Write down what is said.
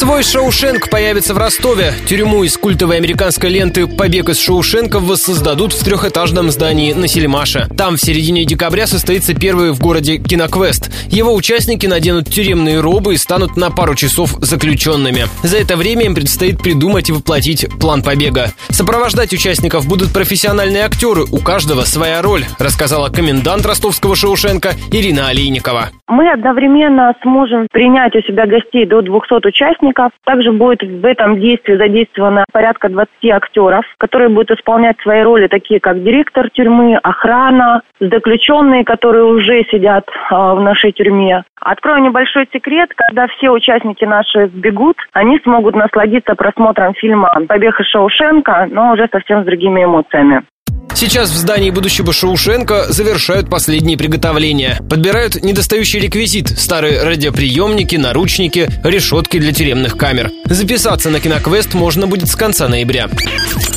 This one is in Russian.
Свой Шоушенк появится в Ростове. Тюрьму из культовой американской ленты «Побег из Шоушенка» воссоздадут в трехэтажном здании на Сельмаше. Там в середине декабря состоится первый в городе киноквест. Его участники наденут тюремные робы и станут на пару часов заключенными. За это время им предстоит придумать и воплотить план побега. Сопровождать участников будут профессиональные актеры, у каждого своя роль, рассказала комендант ростовского Шоушенка Ирина Олейникова. Мы одновременно сможем принять у себя гостей до 200 участников. Также будет в этом действии задействовано порядка 20 актеров, которые будут исполнять свои роли, такие как директор тюрьмы, охрана, заключенные, которые уже сидят в нашей тюрьме. Открою небольшой секрет: когда все участники наши сбегут, они смогут насладиться просмотром фильма «Побег из Шоушенка», но уже совсем с другими эмоциями. Сейчас в здании будущего Шоушенка завершают последние приготовления. Подбирают недостающий реквизит: старые радиоприемники, наручники, решетки для тюремных камер. Записаться на киноквест можно будет с конца ноября.